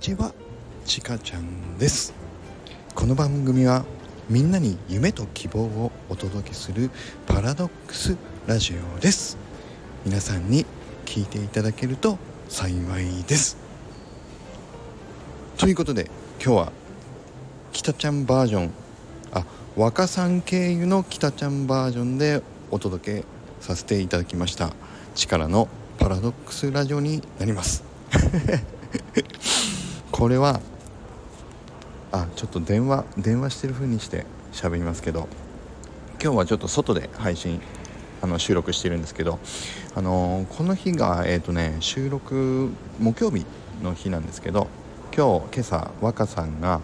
ちは、ちかちゃんです。この番組はみんなに夢と希望をお届けするパラドックスラジオです。皆さんに聞いていただけると幸いです。ということで今日はきたちゃんバージョン、若さん経由のきたちゃんバージョンでお届けさせていただきました力のパラドックスラジオになりますこれはちょっと電話してる風にして喋りますけど、今日はちょっと外で配信収録してるんですけど、この日が収録木曜日の日なんですけど、今朝若さんが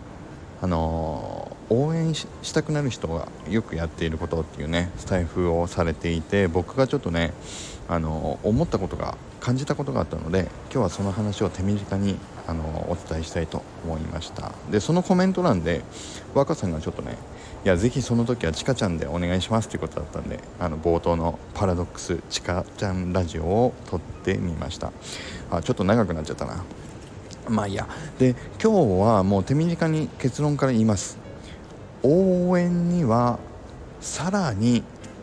応援 したくなる人がよくやっていることっていうねスタイフをされていて、僕がちょっとね思ったことが感じたことがあったので、今日はその話を手短にお伝えしたいと思いました。でそのコメント欄で若さんがちょっとね、いやぜひその時はちかちゃんでお願いしますということだったんで、冒頭のパラドックスちかちゃんラジオを撮ってみました。ちょっと長くなっちゃったな。まあいいや。で今日はもう手短に結論から言います。応援にはさらに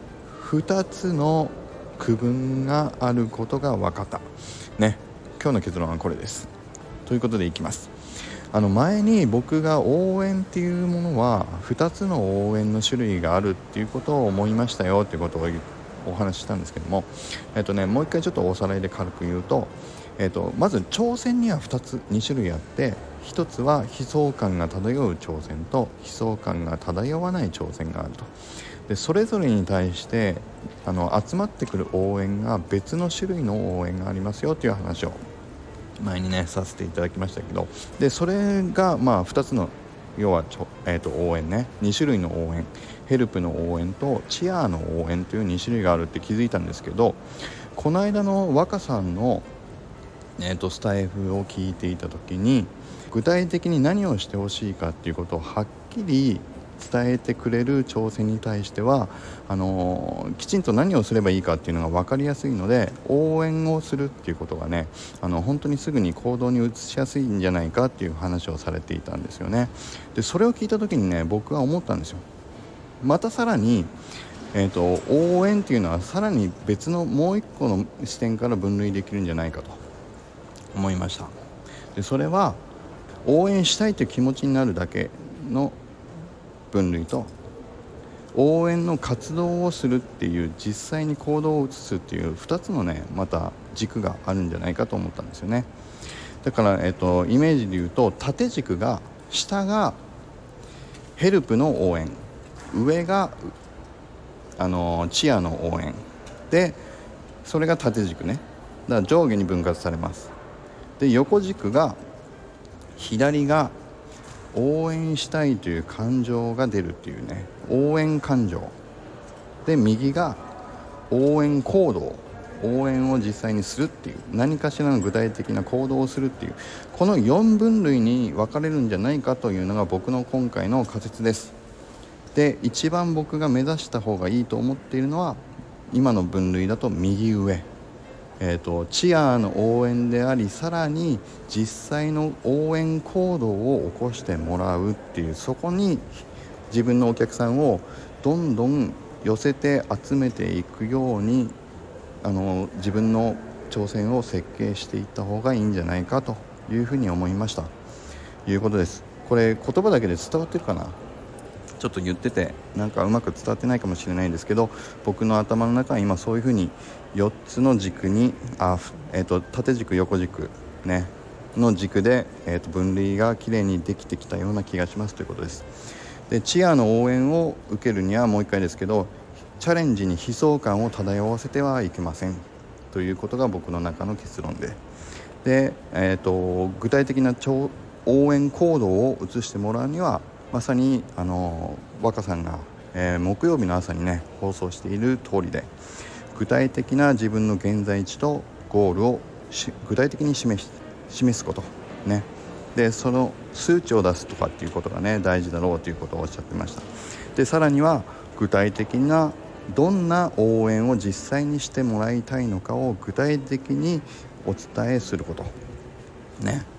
2つの区分があることが分かったね。今日の結論はこれです。ということでいきます。前に僕が応援っていうものは2つの応援の種類があるっていうことを思いましたよっていうことをお話ししたんですけども、もう一回ちょっとおさらいで軽く言うと、まず挑戦には2種類あって、1つは悲壮感が漂う挑戦と悲壮感が漂わない挑戦があると。でそれぞれに対して集まってくる応援が別の種類の応援がありますよという話を前にねさせていただきましたけど、でそれが2つの要は応援ね、2種類の応援、ヘルプの応援とチアの応援という2種類があるって気づいたんですけど、この間の若さんのスタイフを聞いていた時に、具体的に何をしてほしいかっていうことをはっきり伝えてくれる挑戦に対してはきちんと何をすればいいかっていうのが分かりやすいので、応援をするっていうことがね本当にすぐに行動に移しやすいんじゃないかっていう話をされていたんですよね。でそれを聞いた時にね、僕は思ったんですよ。またさらに応援っていうのはさらに別のもう一個の視点から分類できるんじゃないかと思いました。でそれは応援したいという気持ちになるだけの分類と、応援の活動をするっていう実際に行動を移すっていう2つのねまた軸があるんじゃないかと思ったんですよね。だから、イメージで言うと、縦軸が下がヘルプの応援、上がチアの応援で、それが縦軸ね。だから上下に分割されます。で横軸が左が応援したいという感情が出るっていうね、応援感情で、右が応援行動、応援を実際にするっていう、何かしらの具体的な行動をするっていう、この4分類に分かれるんじゃないかというのが僕の今回の仮説です。で一番僕が目指した方がいいと思っているのは、今の分類だと右上、チアの応援であり、さらに実際の応援行動を起こしてもらうっていう、そこに自分のお客さんをどんどん寄せて集めていくように自分の挑戦を設計していった方がいいんじゃないかというふうに思いましたということです。これ言葉だけで伝わってるかな。ちょっと言っててなんかうまく伝わってないかもしれないんですけど、僕の頭の中は今そういう風に4つの軸に縦軸横軸ねの軸で、分類がきれいにできてきたような気がしますということです。でチアの応援を受けるにはもう一回ですけど、チャレンジに悲壮感を漂わせてはいけませんということが僕の中の結論で、具体的な応援行動を移してもらうには、まさに若さんが、木曜日の朝にね放送している通りで、具体的な自分の現在地とゴールを具体的に示すことね。でその数値を出すとかっていうことがね大事だろうということをおっしゃってました。でさらには具体的などんな応援を実際にしてもらいたいのかを具体的にお伝えすることね。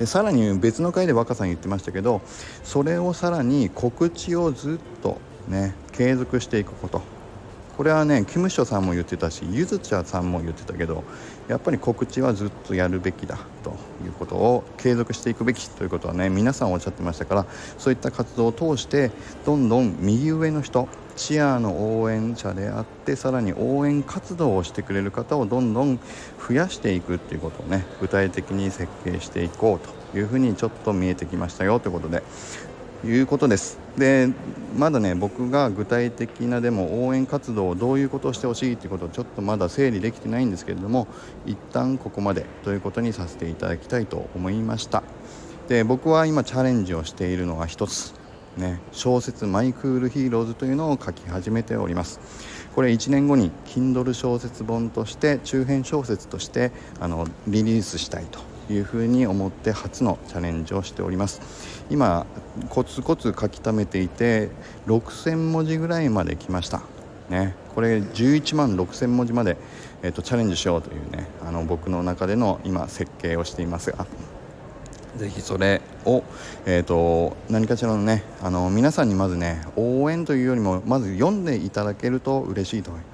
でさらに別の回で若さん言ってましたけど、それをさらに告知をずっとね継続していくこと、これはねキムショさんも言ってたし、ゆずちゃさんも言ってたけど、やっぱり告知はずっとやるべきだということを、継続していくべきということはね皆さんおっしゃってましたから、そういった活動を通してどんどん右上の人、チアの応援者であって、さらに応援活動をしてくれる方をどんどん増やしていくっていうことをね具体的に設計していこうというふうにちょっと見えてきましたよということでいうことです。でまだね僕が具体的なでも応援活動をどういうことをしてほしいということをちょっとまだ整理できてないんですけれども、一旦ここまでということにさせていただきたいと思いました。で僕は今チャレンジをしているのは一つね、小説マイクールヒーローズというのを書き始めております。これ1年後に Kindle 小説本として中編小説としてリリースしたいというふうに思って初のチャレンジをしております。今コツコツ書き溜めていて6000文字ぐらいまで来ましたね。これ11万6000文字まで、チャレンジしようというね僕の中での今設計をしていますが、ぜひそれを、何かしらのね皆さんにまずね応援というよりもまず読んでいただけると嬉しいと思います。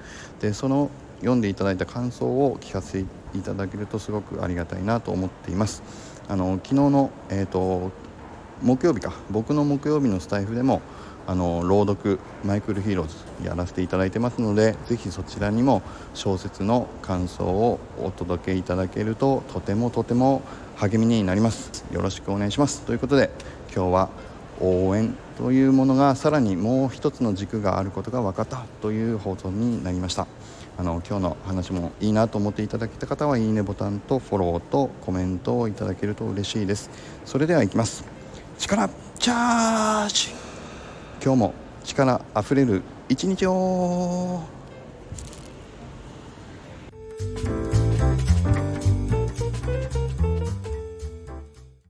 でその読んでいただいた感想を聞かせていただけるとすごくありがたいなと思っています。昨日の、木曜日か、僕の木曜日のスタイフでも朗読マイクルヒーローズやらせていただいてますので、ぜひそちらにも小説の感想をお届けいただけるととても励みになります。よろしくお願いします。ということで今日は応援というものがさらにもう一つの軸があることが分かったという放送になりました。今日の話もいいなと思っていただけた方はいいねボタンとフォローとコメントをいただけると嬉しいです。それではいきます。力チャージ。今日も力あふれる一日を。